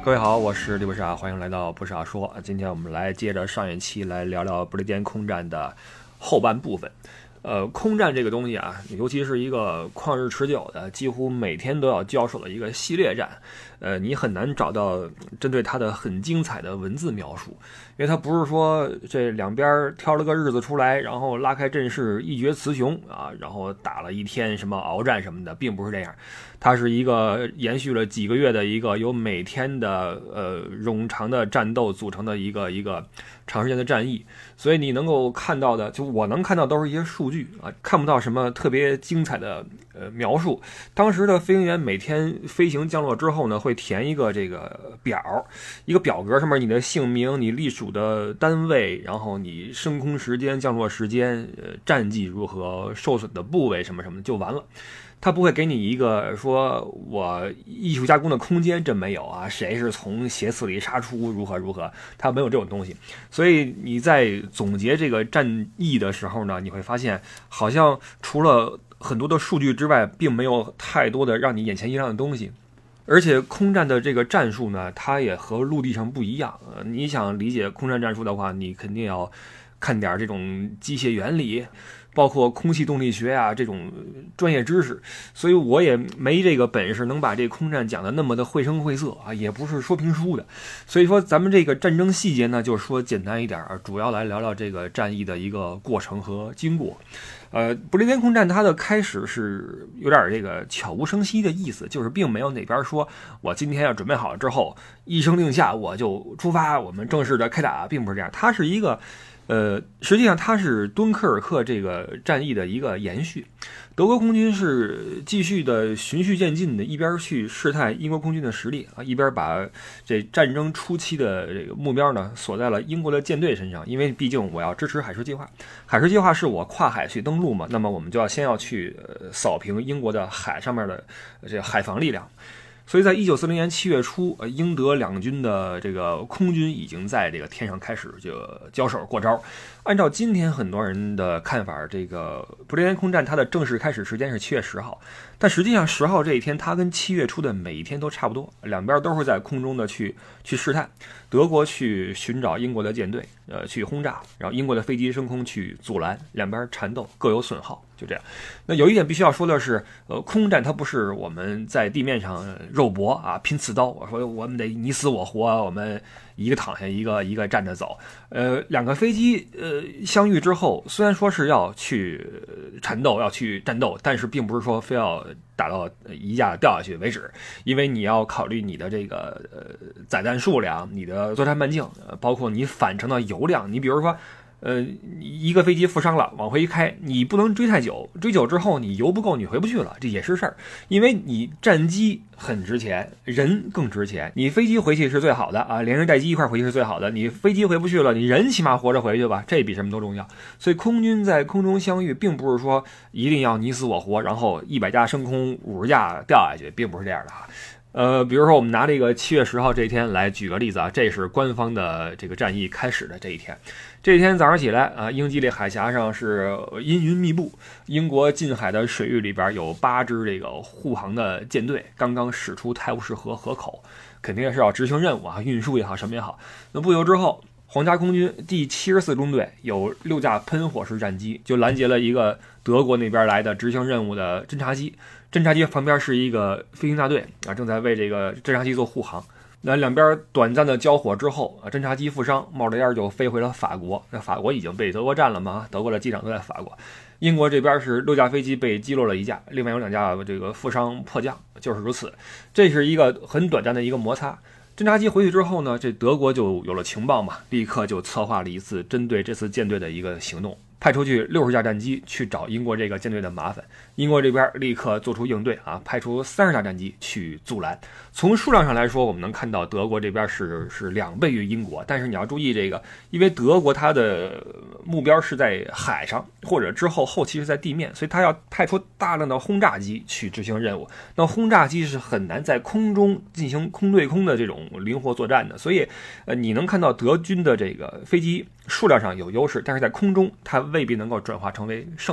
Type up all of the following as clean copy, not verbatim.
各位好，我是李不傻，欢迎来到不傻说。今天我们来接着上一期来聊聊不列颠空战的后半部分。空战这个东西啊，尤其是一个旷日持久的，几乎每天都要交手的一个系列战，你很难找到针对它的很精彩的文字描述，因为它不是说这两边挑了个日子出来，然后拉开阵势一决雌雄啊，然后打了一天什么鏖战什么的，并不是这样。它是一个延续了几个月的一个由每天的冗长的战斗组成的一个长时间的战役，所以你能够看到的，就我能看到都是一些数据啊，看不到什么特别精彩的描述。当时的飞行员每天飞行降落之后呢，会填一个这个表，一个表格，上面你的姓名、你隶属的单位，然后你升空时间、降落时间、战绩如何、受损的部位什么什么的就完了。他不会给你一个说我艺术加工的空间，这没有啊，谁是从斜刺里杀出如何如何，他没有这种东西。所以你在总结这个战役的时候呢，你会发现好像除了很多的数据之外，并没有太多的让你眼前一亮的东西。而且空战的这个战术呢，它也和陆地上不一样。你想理解空战战术的话，你肯定要看点这种机械原理，包括空气动力学啊这种专业知识，所以我也没这个本事能把这空战讲的那么的绘声绘色啊，也不是说评书的。所以说咱们这个战争细节呢，就说简单一点，主要来聊聊这个战役的一个过程和经过。不列颠空战它的开始是有点这个悄无声息的意思，就是并没有哪边说我今天要准备好了之后一声令下我就出发，我们正式的开打，并不是这样。它是一个实际上它是敦刻尔克这个战役的一个延续。德国空军是继续的循序渐进的，一边去试探英国空军的实力啊，一边把这战争初期的这个目标呢锁在了英国的舰队身上，因为毕竟我要支持海狮计划。海狮计划是我跨海去登陆嘛，那么我们就要先要去扫平英国的海上面的这个海防力量。所以在1940年7月初，英德两军的这个空军已经在这个天上开始就交手过招。按照今天很多人的看法，这个不列颠空战它的正式开始时间是7月10号，但实际上10号这一天它跟7月初的每一天都差不多，两边都是在空中的去试探。德国去寻找英国的舰队，去轰炸，然后英国的飞机升空去阻拦，两边缠斗各有损耗，就这样。那有一点必须要说的是，空战它不是我们在地面上肉搏啊，拼刺刀，我说我们得你死我活，我们一个躺下一个站着走。两个飞机相遇之后，虽然说是要去缠斗，要去战斗，但是并不是说非要打到一架掉下去为止，因为你要考虑你的这个载弹数量，你的作战半径，包括你返程的油量。你比如说一个飞机负伤了，往回一开，你不能追太久，追久之后你油不够，你回不去了，这也是事儿。因为你战机很值钱，人更值钱。你飞机回去是最好的啊，连人带机一块回去是最好的。你飞机回不去了，你人起码活着回去吧，这比什么都重要。所以空军在空中相遇，并不是说一定要你死我活，然后100架升空，50架掉下去，并不是这样的哈。比如说我们拿这个7月10号这一天来举个例子啊，这是官方的这个战役开始的这一天。这一天早上起来啊，英吉利海峡上是阴云密布，英国近海的水域里边有8支这个护航的舰队刚刚驶出泰晤士河河口，肯定是要执行任务啊，运输也好什么也好。那不久之后，皇家空军第74中队有6架喷火式战机就拦截了一个德国那边来的执行任务的侦察机，侦察机旁边是一个飞行大队啊，正在为这个侦察机做护航。那两边短暂的交火之后啊，侦察机负伤，冒着烟就飞回了法国。那法国已经被德国占了嘛，德国的机长都在法国。英国这边是6架飞机被击落了1架，另外有2架这个负伤迫降，就是如此。这是一个很短暂的一个摩擦。侦察机回去之后呢，这德国就有了情报嘛，立刻就策划了一次针对这次舰队的一个行动，派出去60架战机去找英国这个舰队的麻烦。英国这边立刻做出应对啊，派出30架战机去阻拦。从数量上来说，我们能看到德国这边是2倍于英国，但是你要注意这个，因为德国它的目标是在海上，或者之后后期是在地面，所以它要派出大量的轰炸机去执行任务。那轰炸机是很难在空中进行空对空的这种灵活作战的，所以你能看到德军的这个飞机数量上有优势，但是在空中它未必能够转化成为胜势。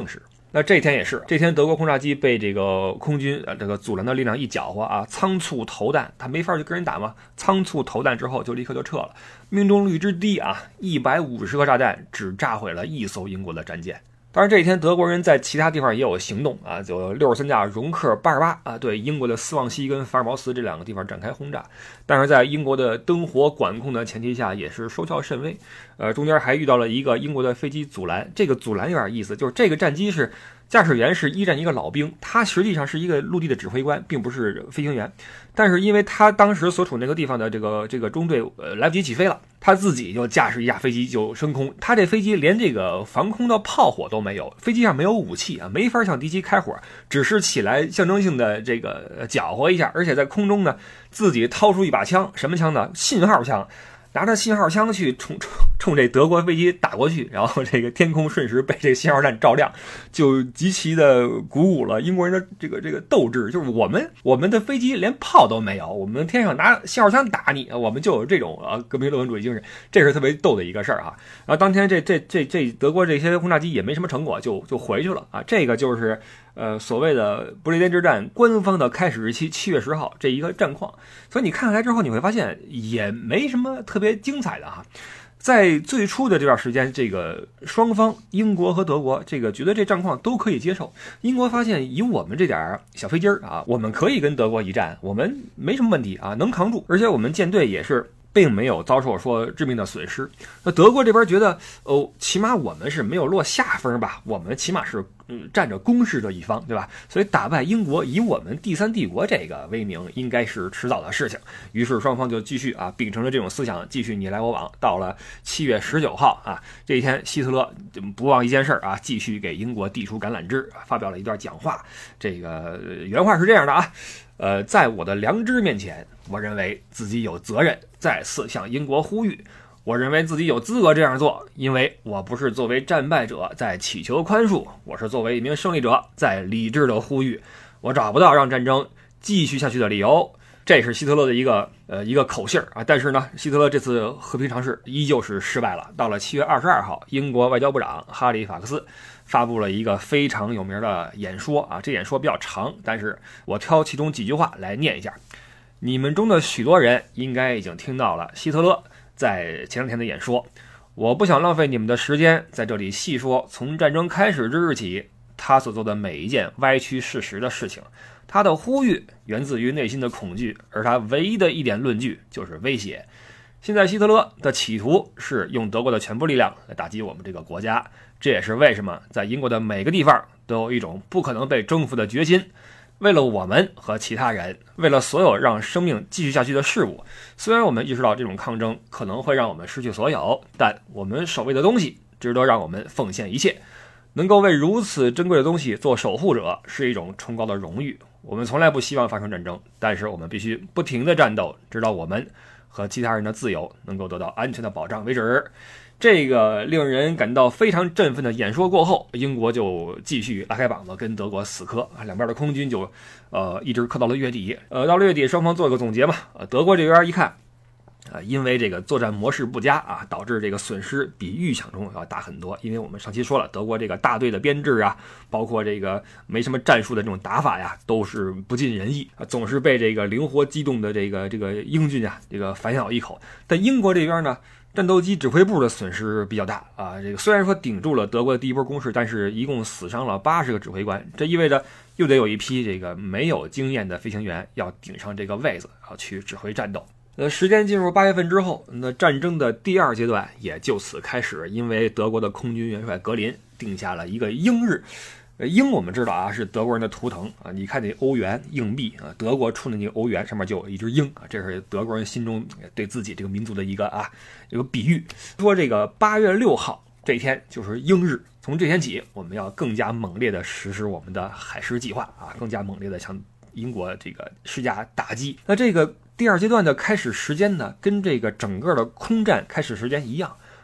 那这天也是，这天德国轰炸机被这个空军这个阻拦的力量一搅和啊，仓促投弹，他没法去跟人打嘛，仓促投弹之后就立刻就撤了，命中率之低啊，150颗炸弹只炸毁了1艘英国的战舰。当然这一天德国人在其他地方也有行动啊，就63架容克88啊，对英国的斯旺西跟福尔茅斯这2个地方展开轰炸，但是在英国的灯火管控的前提下也是收效甚微。中间还遇到了一个英国的飞机阻拦，这个阻拦有点意思，就是这个战机是驾驶员是一战一个老兵，他实际上是一个陆地的指挥官，并不是飞行员，但是因为他当时所处那个地方的这个中队来不及起飞了，他自己就驾驶一架飞机就升空，他这飞机连这个防空的炮火都没有，飞机上没有武器啊，没法向敌机开火，只是起来象征性的这个搅和一下，而且在空中呢自己掏出一把枪，什么枪呢？信号枪。拿着信号枪去冲这德国飞机打过去，然后这个天空瞬时被这个信号弹照亮，就极其的鼓舞了英国人的这个斗志。就是我们的飞机连炮都没有，我们天上拿信号枪打你，我们就有这种革命乐观主义精神，这是特别逗的一个事儿哈。然后当天这德国这些轰炸机也没什么成果，就回去了啊。这个就是所谓的不列颠之战官方的开始日期7月10号这一个战况。所以你看下来之后，你会发现也没什么特别精彩的哈。在最初的这段时间，这个双方英国和德国这个觉得这战况都可以接受。英国发现以我们这点小飞机啊，我们可以跟德国一战，我们没什么问题啊，能扛住，而且我们舰队也是并没有遭受说致命的损失。那德国这边觉得起码我们是没有落下风吧，我们起码是占着攻势的一方，对吧？所以打败英国以我们第三帝国这个威名应该是迟早的事情。于是双方就继续秉承着这种思想，继续你来我往。到了7月19号啊，这一天希特勒不忘一件事啊，继续给英国递出橄榄枝，发表了一段讲话。这个原话是这样的啊，在我的良知面前，我认为自己有责任再次向英国呼吁。我认为自己有资格这样做，因为我不是作为战败者在祈求宽恕，我是作为一名胜利者在理智的呼吁。我找不到让战争继续下去的理由。这是希特勒的一个口信啊。但是呢，希特勒这次和平尝试依旧是失败了。到了7月22号，英国外交部长哈里法克斯发布了一个非常有名的演说啊，这演说比较长，但是我挑其中几句话来念一下。你们中的许多人应该已经听到了希特勒在前2天的演说，我不想浪费你们的时间在这里细说从战争开始之日起他所做的每一件歪曲事实的事情。他的呼吁源自于内心的恐惧，而他唯一的一点论据就是威胁。现在希特勒的企图是用德国的全部力量来打击我们这个国家，这也是为什么在英国的每个地方都有一种不可能被征服的决心。为了我们和其他人，为了所有让生命继续下去的事物，虽然我们意识到这种抗争可能会让我们失去所有，但我们守卫的东西值得让我们奉献一切。能够为如此珍贵的东西做守护者是一种崇高的荣誉。我们从来不希望发生战争，但是我们必须不停地战斗，直到我们和其他人的自由能够得到安全的保障为止。这个令人感到非常振奋的演说过后，英国就继续拉开膀子跟德国死磕，两边的空军就一直磕到了月底。到了月底，双方做了个总结嘛。德国这边一看，因为这个作战模式不佳啊，导致这个损失比预想中要大很多。因为我们上期说了，德国这个大队的编制啊，包括这个没什么战术的这种打法呀，都是不尽人意，总是被这个灵活机动的这个英军啊这个反咬一口。但英国这边呢，战斗机指挥部的损失比较大啊，这个虽然说顶住了德国的第一波攻势，但是一共死伤了80个指挥官，这意味着又得有一批这个没有经验的飞行员要顶上这个位子，要去指挥战斗。时间进入8月份之后，那战争的第2阶段也就此开始，因为德国的空军元帅格林定下了一个鹰日。鹰我们知道啊，是德国人的图腾啊。你看那欧元硬币啊，德国出的那个欧元上面就有一只鹰啊，这是德国人心中对自己这个民族的一个比喻。说这个8月6号这一天就是鹰日，从这天起，我们要更加猛烈的实施我们的海狮计划啊，更加猛烈的向英国这个施加打击。那这个第2阶段的开始时间呢，跟这个整个的空战开始时间一样，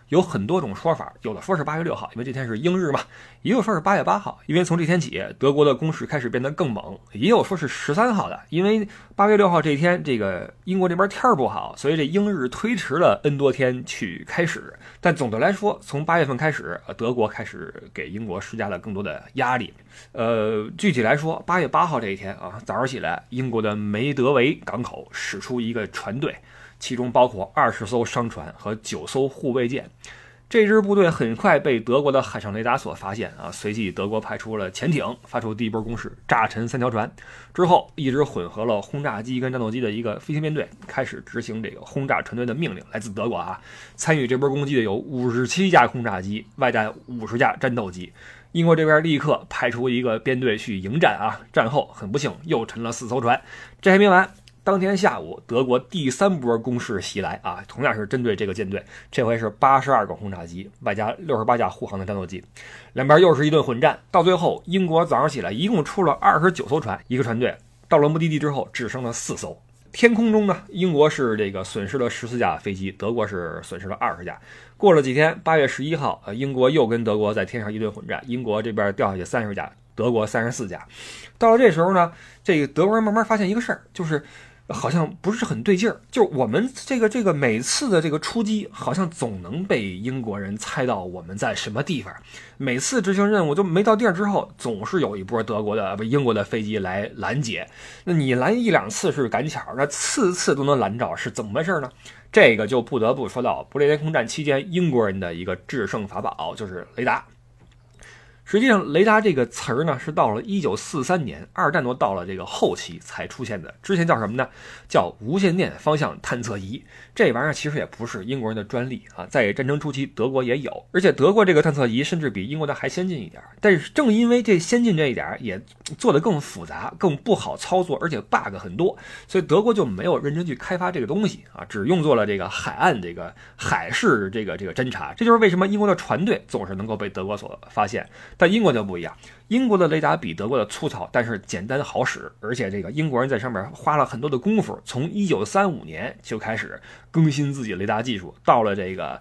有很多种说法，有的说是8月6号，因为这天是英日嘛，也有说是8月8号，因为从这天起德国的攻势开始变得更猛，也有说是13号的，因为8月6号这一天这个英国这边天儿不好，所以这英日推迟了 N 多天去开始。但总的来说，从8月份开始，德国开始给英国施加了更多的压力。具体来说，8月8号这一天啊，早上起来，英国的梅德韦港口驶出一个船队，其中包括20艘商船和9艘护卫舰。这支部队很快被德国的海上雷达所发现啊，随即德国派出了潜艇，发出第一波攻势，炸沉3条船。之后，一支混合了轰炸机跟战斗机的一个飞行编队开始执行这个轰炸船队的命令，来自德国啊。参与这波攻击的有57架轰炸机，外带50架战斗机。英国这边立刻派出一个编队去迎战啊，战后很不幸又沉了4艘船。这还没完。当天下午，德国第3波攻势袭来啊，同样是针对这个舰队，这回是82个轰炸机，外加68架护航的战斗机，两边又是一顿混战。到最后，英国早上起来一共出了29艘船，一个船队到了目的地之后只剩了4艘。天空中呢，英国是这个损失了14架飞机，德国是损失了20架。过了几天，8月11号，英国又跟德国在天上一顿混战，英国这边掉下去30架，德国34架。到了这时候呢，这个德国人慢慢发现一个事儿，就是好像不是很对劲儿，就是我们这个每次的这个出击，好像总能被英国人猜到我们在什么地方。每次执行任务都没到地儿之后，总是有一波英国的飞机来拦截。那你拦1、2次是赶巧，那次次都能拦着，是怎么回事呢？这个就不得不说到不列颠空战期间英国人的一个制胜法宝，就是雷达。实际上，雷达这个词儿呢，是到了1943年，二战都到了这个后期才出现的。之前叫什么呢？叫无线电方向探测仪。这玩意儿其实也不是英国人的专利啊，在战争初期德国也有，而且德国这个探测仪甚至比英国的还先进一点。但是正因为这先进这一点，也做得更复杂、更不好操作，而且 bug 很多，所以德国就没有认真去开发这个东西啊，只用作了这个海岸这个海事这个侦察。这就是为什么英国的船队总是能够被德国所发现。但英国就不一样，英国的雷达比德国的粗糙，但是简单好使，而且这个英国人在上面花了很多的功夫，从1935年就开始更新自己雷达技术。到了这个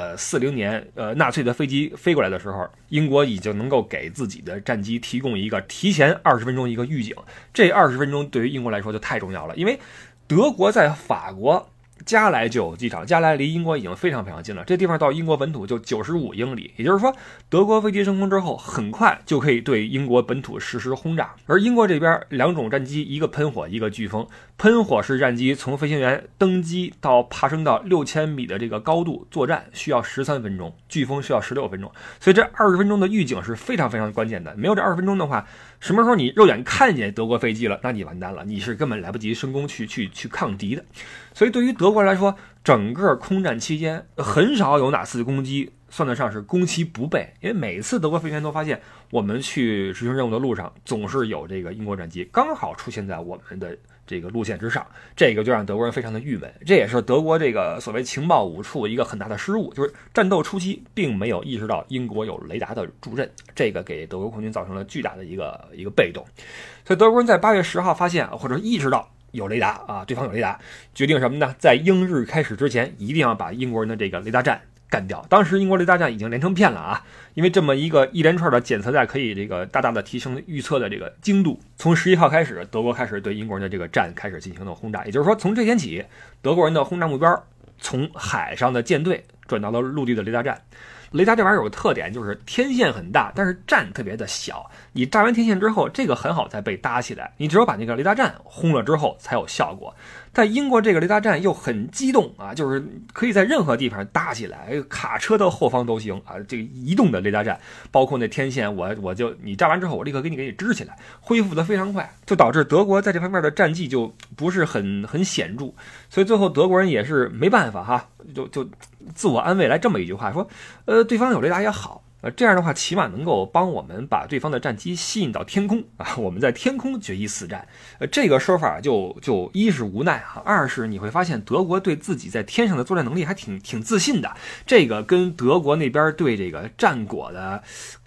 40年，纳粹的飞机飞过来的时候，英国已经能够给自己的战机提供一个提前20分钟一个预警。这20分钟对于英国来说就太重要了，因为德国在法国加莱就有机场，加莱离英国已经非常非常近了，这地方到英国本土就95英里，也就是说德国飞机升空之后很快就可以对英国本土实施轰炸。而英国这边2种战机，一个喷火一个飓风。喷火式战机从飞行员登机到爬升到6000米的这个高度作战需要13分钟，飓风需要16分钟，所以这20分钟的预警是非常非常关键的。没有这20分钟的话，什么时候你肉眼看见德国飞机了，那你完蛋了，你是根本来不及升空去抗敌的。所以对于德国来说，整个空战期间很少有哪次攻击算得上是攻其不备，因为每次德国飞行员都发现我们去执行任务的路上总是有这个英国战机刚好出现在我们的这个路线之上，这个就让德国人非常的郁闷。这也是德国这个所谓情报五处一个很大的失误，就是战斗初期并没有意识到英国有雷达的助阵，这个给德国空军造成了巨大的一个被动。所以德国人在8月10号发现或者意识到有雷达啊，对方有雷达，决定什么呢？在英日开始之前，一定要把英国人的这个雷达站干掉。当时英国雷达站已经连成片了啊，因为这么一连串的检测站可以这个大大的提升预测的这个精度。从11号开始，德国开始对英国人的这个站开始进行了轰炸，也就是说，从这天起，德国人的轰炸目标从海上的舰队转到了陆地的雷达站。雷达这玩意儿有个特点，就是天线很大，但是站特别的小。你炸完天线之后，这个很好再被搭起来，你只有把那个雷达站轰了之后才有效果。但英国这个雷达站又很机动啊，就是可以在任何地方搭起来，卡车的后方都行啊。这个移动的雷达站，包括那天线，我就你炸完之后，我立刻给你支起来，恢复的非常快，就导致德国在这方面的战绩就不是很显著。所以最后德国人也是没办法哈，就自我安慰来这么一句话说，对方有雷达也好。这样的话起码能够帮我们把对方的战机吸引到天空啊，我们在天空决一死战。这个说法就一是无奈啊，二是你会发现德国对自己在天上的作战能力还挺自信的。这个跟德国那边对这个战果的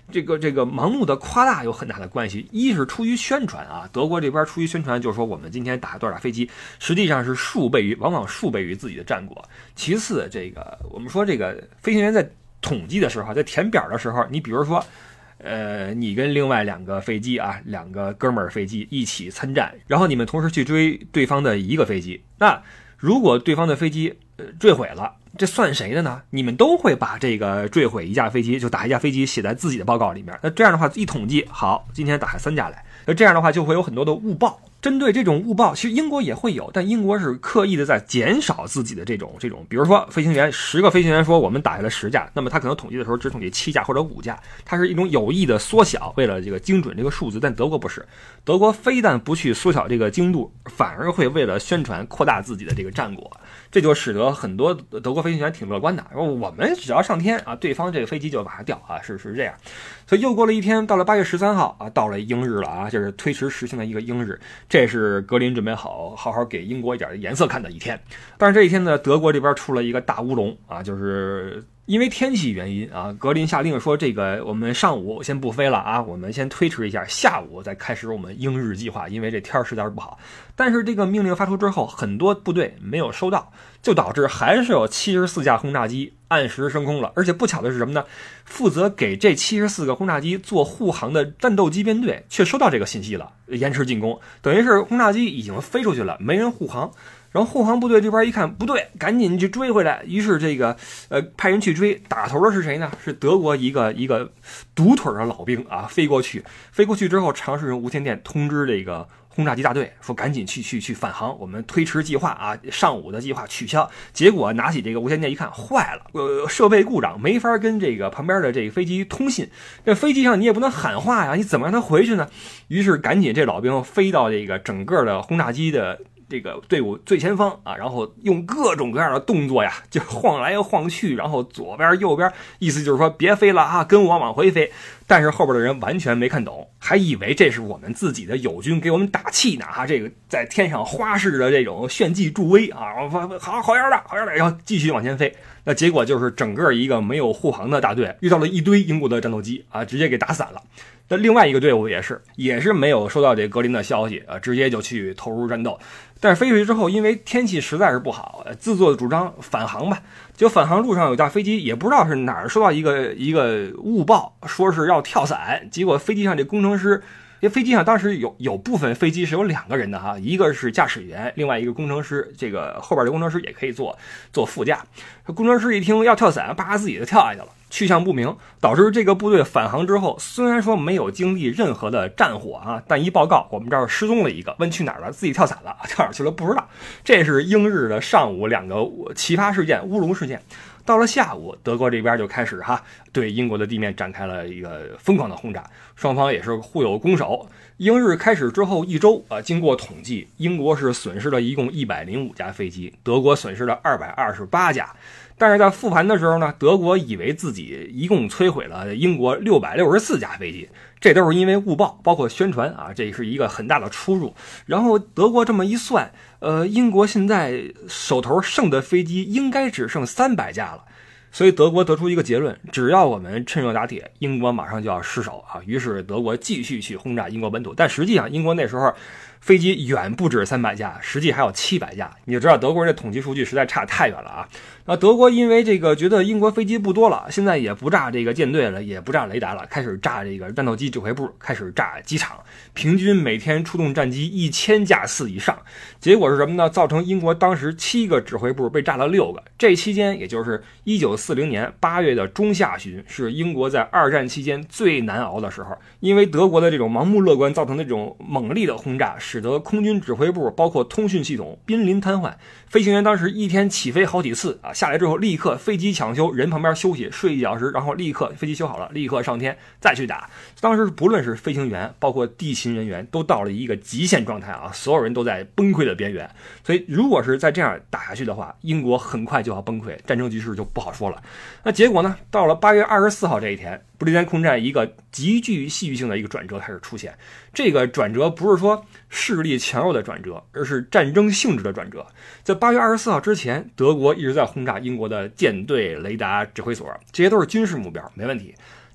这个盲目的夸大有很大的关系。一是出于宣传啊，德国这边出于宣传，就是说我们今天打多少架飞机，实际上是往往数倍于自己的战果。其次，我们说这个飞行员在统计的时候，在填表的时候，你比如说，你跟另外2个飞机啊，2个哥们儿飞机一起参战，然后你们同时去追对方的一个飞机，那如果对方的飞机坠毁了，这算谁的呢？你们都会把这个坠毁一架飞机，就打一架飞机写在自己的报告里面。那这样的话一统计，好，今天打下3架来，那这样的话就会有很多的误报。针对这种误报，其实英国也会有，但英国是刻意的在减少自己的这种，比如说飞行员10个飞行员说我们打下来10架，那么他可能统计的时候只统计7架或者5架，它是一种有意的缩小，为了这个精准这个数字。但德国不是，德国非但不去缩小这个精度，反而会为了宣传扩大自己的这个战果，这就使得很多德国飞行员挺乐观的，我们只要上天啊，对方这个飞机就往下掉啊，是这样。所以又过了一天，到了8月13号啊，到了英日了啊，就是推迟实行的一个英日，这是格林准备好好给英国一点颜色看的一天。但是这一天呢，德国这边出了一个大乌龙啊，就是因为天气原因啊，格林下令说这个我们上午先不飞了啊，我们先推迟一下，下午再开始我们英日计划，因为这天实在是不好。但是这个命令发出之后，很多部队没有收到，就导致还是有74架轰炸机按时升空了。而且不巧的是什么呢？负责给这74个轰炸机做护航的战斗机编队却收到这个信息了，延迟进攻，等于是轰炸机已经飞出去了，没人护航。然后护航部队这边一看不对，赶紧去追回来。于是派人去追，打头的是谁呢？是德国一个独腿的老兵啊，飞过去之后，尝试用无线电通知这个轰炸机大队，说赶紧去返航，我们推迟计划啊，上午的计划取消。结果拿起这个无线电一看，坏了，设备故障，没法跟这个旁边的这个飞机通信。这飞机上你也不能喊话呀，你怎么让他回去呢？于是赶紧这老兵飞到这个整个的轰炸机的这个队伍最前方啊，然后用各种各样的动作呀，就晃来晃去，然后左边右边，意思就是说别飞了啊，跟我往回飞。但是后边的人完全没看懂，还以为这是我们自己的友军给我们打气呢啊！这个在天上花式的这种炫技助威啊，好样的，然后继续往前飞。那结果就是整个一个没有护航的大队遇到了一堆英国的战斗机啊，直接给打散了。那另外一个队伍也是没有收到这格林的消息啊，直接就去投入战斗。但是飞出去之后，因为天气实在是不好，自作主张返航吧。就返航路上有架飞机，也不知道是哪儿收到一个误报，说是要跳伞。结果飞机上这工程师，这飞机上当时有部分飞机是有2个人的哈，一个是驾驶员，另外一个工程师，这个后边的工程师也可以坐副驾。工程师一听要跳伞，叭自己就跳下去了。去向不明，导致这个部队返航之后，虽然说没有经历任何的战火啊，但一报告我们这儿失踪了一个，问去哪儿了，自己跳伞了，跳哪儿去了不知道。这是英日的上午2个奇葩事件、乌龙事件。到了下午，德国这边就开始对英国的地面展开了一个疯狂的轰炸，双方也是互有攻守。英日开始之后1周经过统计，英国是损失了一共105架飞机，德国损失了228架。但是在复盘的时候呢，德国以为自己一共摧毁了英国664架飞机，这都是因为误报，包括宣传啊，这是一个很大的出入。然后德国这么一算，英国现在手头剩的飞机应该只剩300架了。所以德国得出一个结论，只要我们趁热打铁，英国马上就要失守啊。于是德国继续去轰炸英国本土，但实际上英国那时候飞机远不止300架，实际还有700架。你就知道德国人的统计数据实在差太远了啊。那德国因为这个觉得英国飞机不多了，现在也不炸这个舰队了，也不炸雷达了，开始炸这个战斗机指挥部，开始炸机场，平均每天出动战机1000架次以上。结果是什么呢？造成英国当时7个指挥部被炸了6个。这期间也就是1940年8月的中下旬，是英国在2战期间最难熬的时候。因为德国的这种盲目乐观造成的这种猛烈的轰炸，使得空军指挥部包括通讯系统濒临瘫痪，飞行员当时一天起飞好几次啊，下来之后立刻飞机抢修，人旁边休息睡1小时，然后立刻飞机修好了，立刻上天再去打。当时不论是飞行员包括地勤人员都到了一个极限状态啊，所有人都在崩溃的边缘。所以如果是再这样打下去的话，英国很快就要崩溃，战争局势就不好说了。那结果呢，到了8月24号这一天，不列颠空战一个极具戏剧性的一个转折开始出现。这个转折不是说势力强弱的转折，而是战争性质的转折。在8月24号之前，德国一直在轰炸英国的舰队、雷达、指挥所，这些都是军事目标，没问题。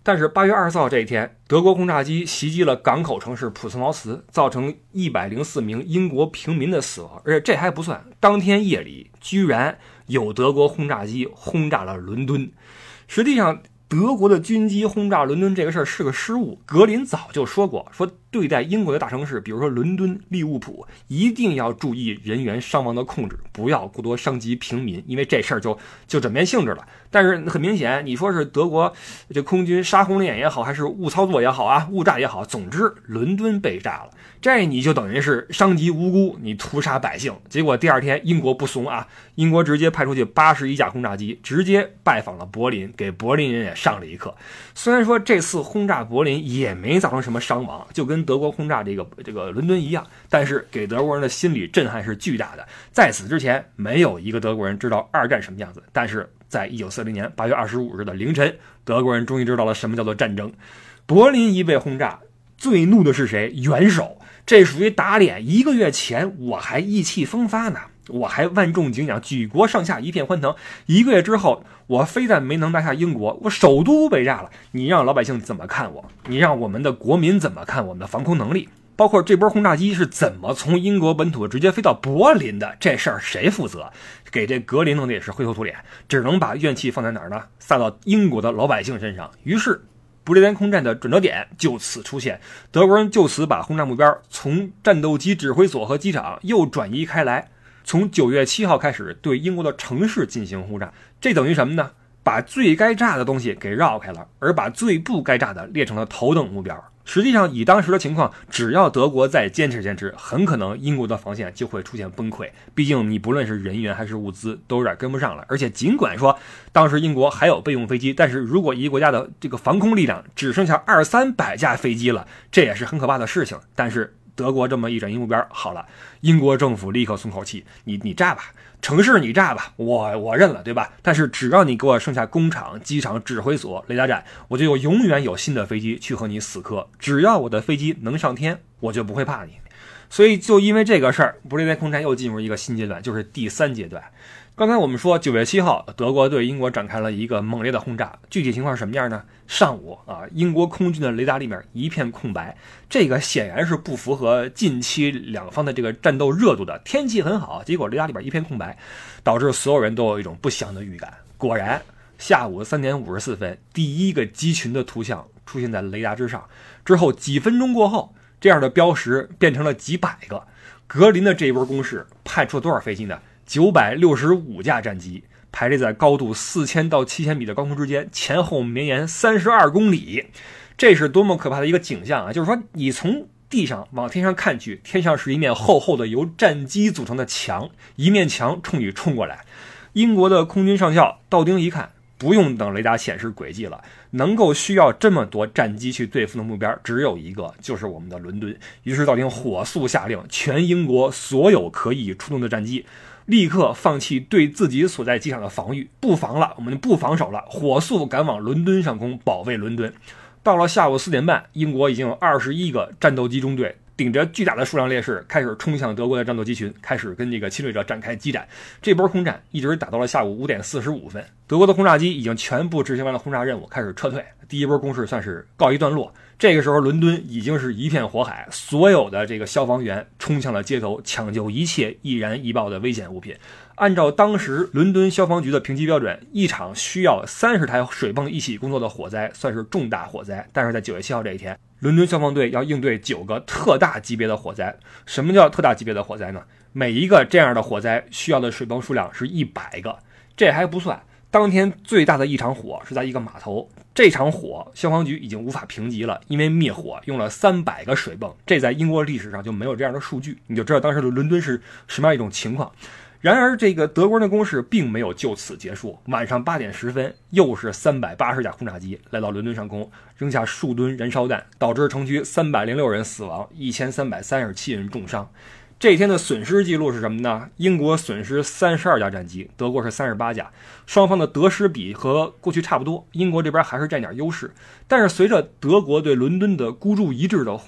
但是8月24号这一天，德国轰炸机袭击了港口城市普茨茅茨，造成104名英国平民的死亡。而且这还不算，当天夜里居然有德国轰炸机轰炸了伦敦。实际上德国的军机轰炸伦敦这个事儿是个失误，格林早就说过，说对待英国的大城市，比如说伦敦、利物浦，一定要注意人员伤亡的控制，不要过多伤及平民，因为这事儿就转变性质了。但是很明显，你说是德国这空军杀红了眼也好，还是误操作也好啊，误炸也好，总之伦敦被炸了，这你就等于是伤及无辜，你屠杀百姓。结果第二天英国不怂啊，英国直接派出去81架轰炸机，直接拜访了柏林，给柏林人也上了一课。虽然说这次轰炸柏林也没造成什么伤亡，就跟德国轰炸这个伦敦一样，但是给德国人的心理震撼是巨大的。在此之前，没有一个德国人知道二战什么样子，但是在1940年8月25日的凌晨，德国人终于知道了什么叫做战争。柏林一被轰炸，最怒的是谁？元首，这属于打脸。1个月前我还意气风发呢，我还万众敬仰，举国上下一片欢腾。1个月之后，我非但没能拿下英国，我首都被炸了。你让老百姓怎么看我？你让我们的国民怎么看我们的防空能力？包括这波轰炸机是怎么从英国本土直接飞到柏林的，这事儿谁负责？给这格林弄的也是灰头土脸，只能把怨气放在哪儿呢？撒到英国的老百姓身上。于是不列颠空战的转折点就此出现，德国人就此把轰炸目标从战斗机指挥所和机场又转移开来，从9月7号开始对英国的城市进行轰炸。这等于什么呢？把最该炸的东西给绕开了，而把最不该炸的列成了头等目标。实际上以当时的情况，只要德国再坚持，很可能英国的防线就会出现崩溃。毕竟你不论是人员还是物资都有点跟不上了。而且尽管说当时英国还有备用飞机，但是如果一个国家的这个防空力量只剩下200-300架飞机了，这也是很可怕的事情。但是德国这么一转移目标，好了，英国政府立刻松口气，你炸吧，城市你炸吧，我认了，对吧？但是只要你给我剩下工厂、机场、指挥所、雷达站，我就永远有新的飞机去和你死磕。只要我的飞机能上天，我就不会怕你。所以就因为这个事儿，不列颠空战又进入一个新阶段，就是第3阶段。刚才我们说9月7号德国对英国展开了一个猛烈的轰炸，具体情况是什么样呢？上午英国空军的雷达里面一片空白，这个显然是不符合近期两方的这个战斗热度的。天气很好，结果雷达里边一片空白，导致所有人都有一种不祥的预感。果然下午3点54分，第一个机群的图像出现在雷达之上，之后几分钟过后，这样的标识变成了几百个。格林的这一波攻势派出了多少飞机呢？965架战机排列在高度4000到7000米的高空之间，前后绵延32公里。这是多么可怕的一个景象啊！就是说你从地上往天上看去，天上是一面厚厚的由战机组成的墙，一面墙冲你冲过来。英国的空军上校道丁一看，不用等雷达显示轨迹了，能够需要这么多战机去对付的目标只有一个，就是我们的伦敦。于是道丁火速下令，全英国所有可以出动的战机立刻放弃对自己所在机场的防御，不防了，我们不防守了，火速赶往伦敦上空保卫伦敦。到了下午4点半，英国已经有21个战斗机中队顶着巨大的数量劣势开始冲向德国的战斗机群，开始跟这个侵略者展开激战。这波空战一直打到了下午5点45分，德国的轰炸机已经全部执行完了轰炸任务，开始撤退，第一波攻势算是告一段落。这个时候伦敦已经是一片火海，所有的这个消防员冲向了街头，抢救一切易燃易爆的危险物品。按照当时伦敦消防局的评级标准，一场需要30台水泵一起工作的火灾算是重大火灾。但是在9月7号这一天，伦敦消防队要应对9个特大级别的火灾。什么叫特大级别的火灾呢？每一个这样的火灾需要的水泵数量是100个。这还不算，当天最大的一场火是在一个码头，这场火消防局已经无法评级了，因为灭火用了300个水泵，这在英国历史上就没有这样的数据，你就知道当时的伦敦是什么样一种情况。然而这个德国人的攻势并没有就此结束，晚上8点10分，又是380架轰炸机来到伦敦上空，扔下数吨燃烧弹，导致城区306人死亡，1337人重伤。这一天的损失记录是什么呢？英国损失32架战机，德国是38架，双方的得失比和过去差不多，英国这边还是占点优势。但是随着德国对伦敦的孤注一掷的轰炸，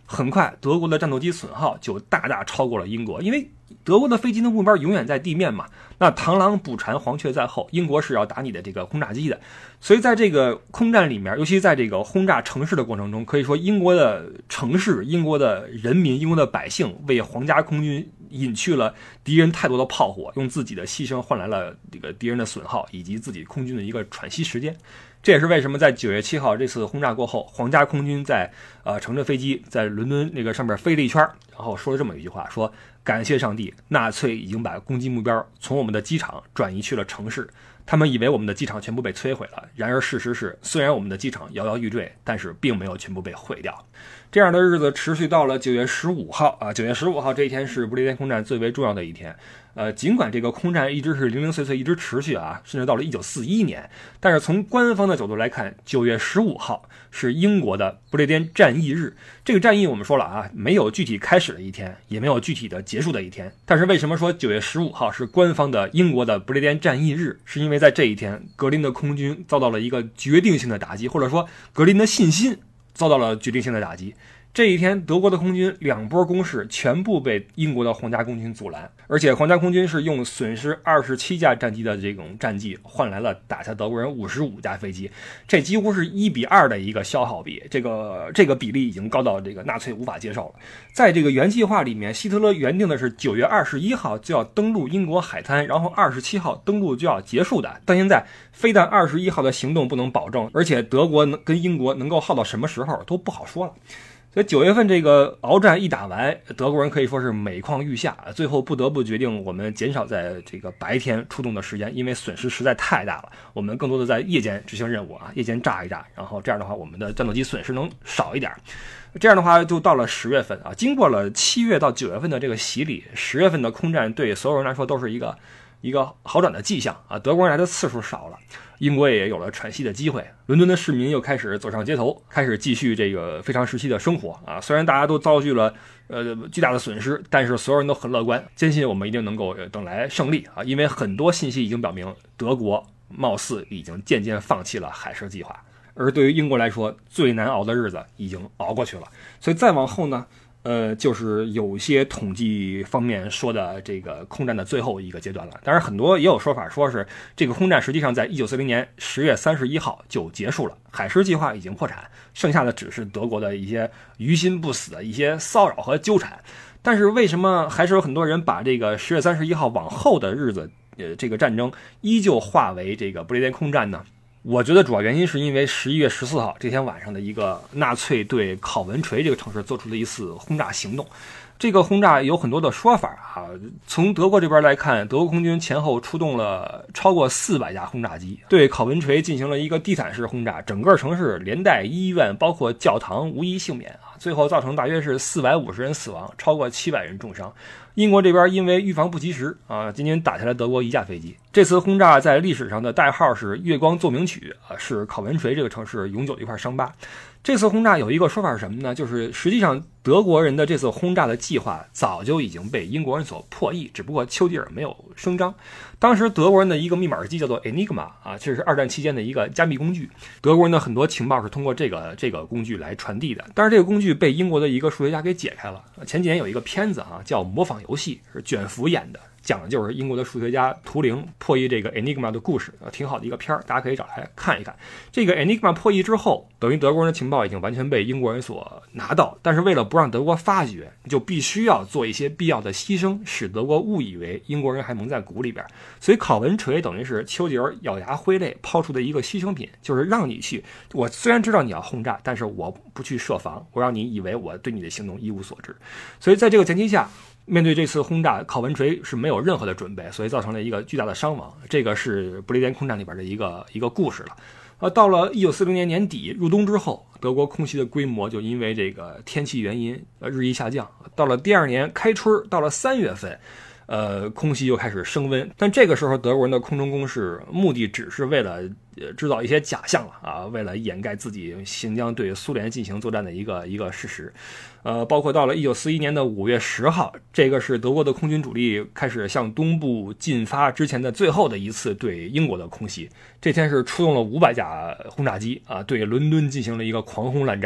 很快德国的战斗机损耗就大大超过了英国，因为德国的飞机的目标永远在地面嘛，那螳螂捕蝉，黄雀在后，英国是要打你的这个轰炸机的。所以在这个空战里面，尤其在这个轰炸城市的过程中，可以说英国的城市、英国的人民、英国的百姓为皇家空军隐去了敌人太多的炮火，用自己的牺牲换来了这个敌人的损耗以及自己空军的一个喘息时间。这也是为什么在9月7号这次轰炸过后，皇家空军在乘着飞机在伦敦那个上面飞了一圈，然后说了这么一句话，说感谢上帝，纳粹已经把攻击目标从我们的机场转移去了城市，他们以为我们的机场全部被摧毁了，然而事实是，虽然我们的机场摇摇欲坠，但是并没有全部被毁掉。这样的日子持续到了9月15号9月15号这一天是不列颠空战最为重要的一天。尽管这个空战一直是零零碎碎一直持续甚至到了1941年，但是从官方的角度来看，9月15号是英国的不列颠战役日。这个战役我们说了没有具体开始的一天，也没有具体的结束的一天。但是为什么说9月15号是官方的英国的不列颠战役日？是因为在这一天，格林的空军遭到了一个决定性的打击，或者说格林的信心遭到了决定性的打击。这一天，德国的空军2波攻势全部被英国的皇家空军阻拦，而且皇家空军是用损失27架战机的这种战绩换来了打下德国人55架飞机，这几乎是1:2的一个消耗比，这个比例已经高到这个纳粹无法接受了。在这个原计划里面，希特勒原定的是9月21号就要登陆英国海滩，然后27号登陆就要结束的，但现在非但21号的行动不能保证，而且德国跟英国能够耗到什么时候都不好说了。所以9月份这个鏖战一打完，德国人可以说是每况愈下，最后不得不决定我们减少在这个白天出动的时间，因为损失实在太大了，我们更多的在夜间执行任务夜间炸一炸，然后这样的话我们的战斗机损失能少一点。这样的话就到了10月份经过了7月到9月份的这个洗礼，10月份的空战对所有人来说都是一个好转的迹象德国人来的次数少了，英国也有了喘息的机会，伦敦的市民又开始走上街头，开始继续这个非常时期的生活虽然大家都遭遇了巨大的损失，但是所有人都很乐观，坚信我们一定能够等来胜利因为很多信息已经表明，德国貌似已经渐渐放弃了海狮计划，而对于英国来说，最难熬的日子已经熬过去了。所以再往后呢就是有些统计方面说的这个空战的最后一个阶段了。当然很多也有说法说是这个空战实际上在1940年10月31号就结束了，海狮计划已经破产，剩下的只是德国的一些于心不死的一些骚扰和纠缠。但是为什么还是有很多人把这个10月31号往后的日子这个战争依旧划为这个不列颠空战呢？我觉得主要原因是因为11月14号这天晚上的一个纳粹对考文垂这个城市做出的一次轰炸行动。这个轰炸有很多的说法从德国这边来看，德国空军前后出动了超过400架轰炸机，对考文垂进行了一个地毯式轰炸，整个城市连带医院包括教堂无一幸免最后造成大约是450人死亡，超过700人重伤。英国这边因为预防不及时仅仅打下来德国1架飞机。这次轰炸在历史上的代号是月光奏鸣曲是考文垂这个城市永久的一块伤疤。这次轰炸有一个说法是什么呢？就是实际上德国人的这次轰炸的计划早就已经被英国人所破译，只不过丘吉尔没有声张。当时德国人的一个密码机叫做 Enigma 这是二战期间的一个加密工具，德国人的很多情报是通过这个工具来传递的。但是这个工具被英国的一个数学家给解开了。前几年有一个片子叫模仿游戏，是卷福演的，讲的就是英国的数学家图灵破译这个 Enigma 的故事挺好的一个片，大家可以找来看一看。这个 Enigma 破译之后，等于德国人的情报已经完全被英国人所拿到，但是为了不让德国发觉，就必须要做一些必要的牺牲，使德国误以为英国人还蒙在鼓里边。所以考文垂等于是丘吉尔咬牙挥泪抛出的一个牺牲品，就是让你去，我虽然知道你要轰炸，但是我不去设防，我让你以为我对你的行动一无所知。所以在这个前提下，面对这次轰炸，考文垂是没有任何的准备，所以造成了一个巨大的伤亡。这个是不列颠空战里边的一个故事了。到了1940年年底入冬之后，德国空袭的规模就因为这个天气原因日益下降。到了第2年开春，到了3月份空袭又开始升温，但这个时候德国人的空中攻势目的只是为了制造一些假象为了掩盖自己行将对苏联进行作战的一个事实。包括到了1941年的5月10号，这个是德国的空军主力开始向东部进发之前的最后的一次对英国的空袭。这天是出动了500架轰炸机对伦敦进行了一个狂轰滥炸。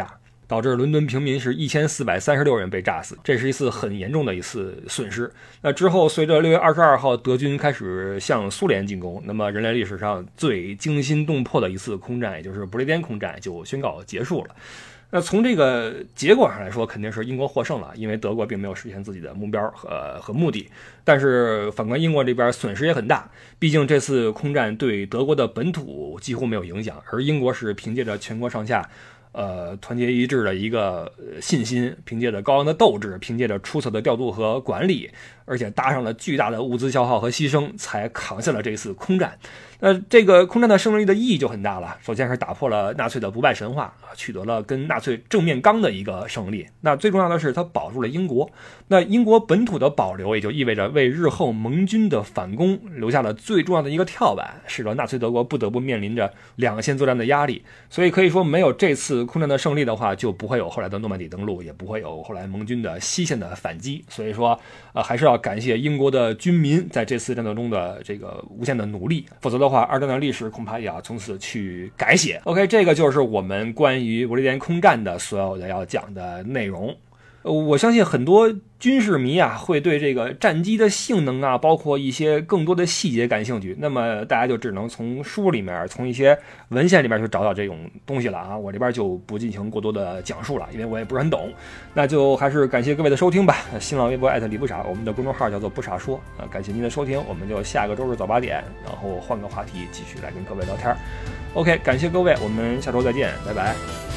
导致伦敦平民是1436人被炸死，这是一次很严重的一次损失。那之后，随着6月22号德军开始向苏联进攻，那么人类历史上最惊心动魄的一次空战，也就是不列颠空战就宣告结束了。那从这个结果上来说，肯定是英国获胜了，因为德国并没有实现自己的目标和目的。但是反观英国这边损失也很大，毕竟这次空战对德国的本土几乎没有影响，而英国是凭借着全国上下团结一致的一个信心，凭借着高昂的斗志，凭借着出色的调度和管理，而且搭上了巨大的物资消耗和牺牲，才扛下了这次空战。这个空战的胜利的意义就很大了。首先是打破了纳粹的不败神话，取得了跟纳粹正面刚的一个胜利。那最重要的是，它保住了英国。那英国本土的保留，也就意味着为日后盟军的反攻留下了最重要的一个跳板，使得纳粹德国不得不面临着两线作战的压力。所以可以说，没有这次空战的胜利的话，就不会有后来的诺曼底登陆，也不会有后来盟军的西线的反击。所以说，还是要感谢英国的军民在这次战斗中的这个无限的努力，否则的话，二战的历史恐怕也要从此去改写。OK， 这个就是我们关于不列颠空战的所有的要讲的内容。我相信很多军事迷啊会对这个战机的性能啊，包括一些更多的细节感兴趣。那么大家就只能从书里面，从一些文献里面去找找这种东西了啊。我这边就不进行过多的讲述了，因为我也不是很懂。那就还是感谢各位的收听吧。新浪微博李不傻，我们的公众号叫做不傻说。感谢您的收听，我们就下个周日早8点，然后换个话题继续来跟各位聊天。OK， 感谢各位，我们下周再见，拜拜。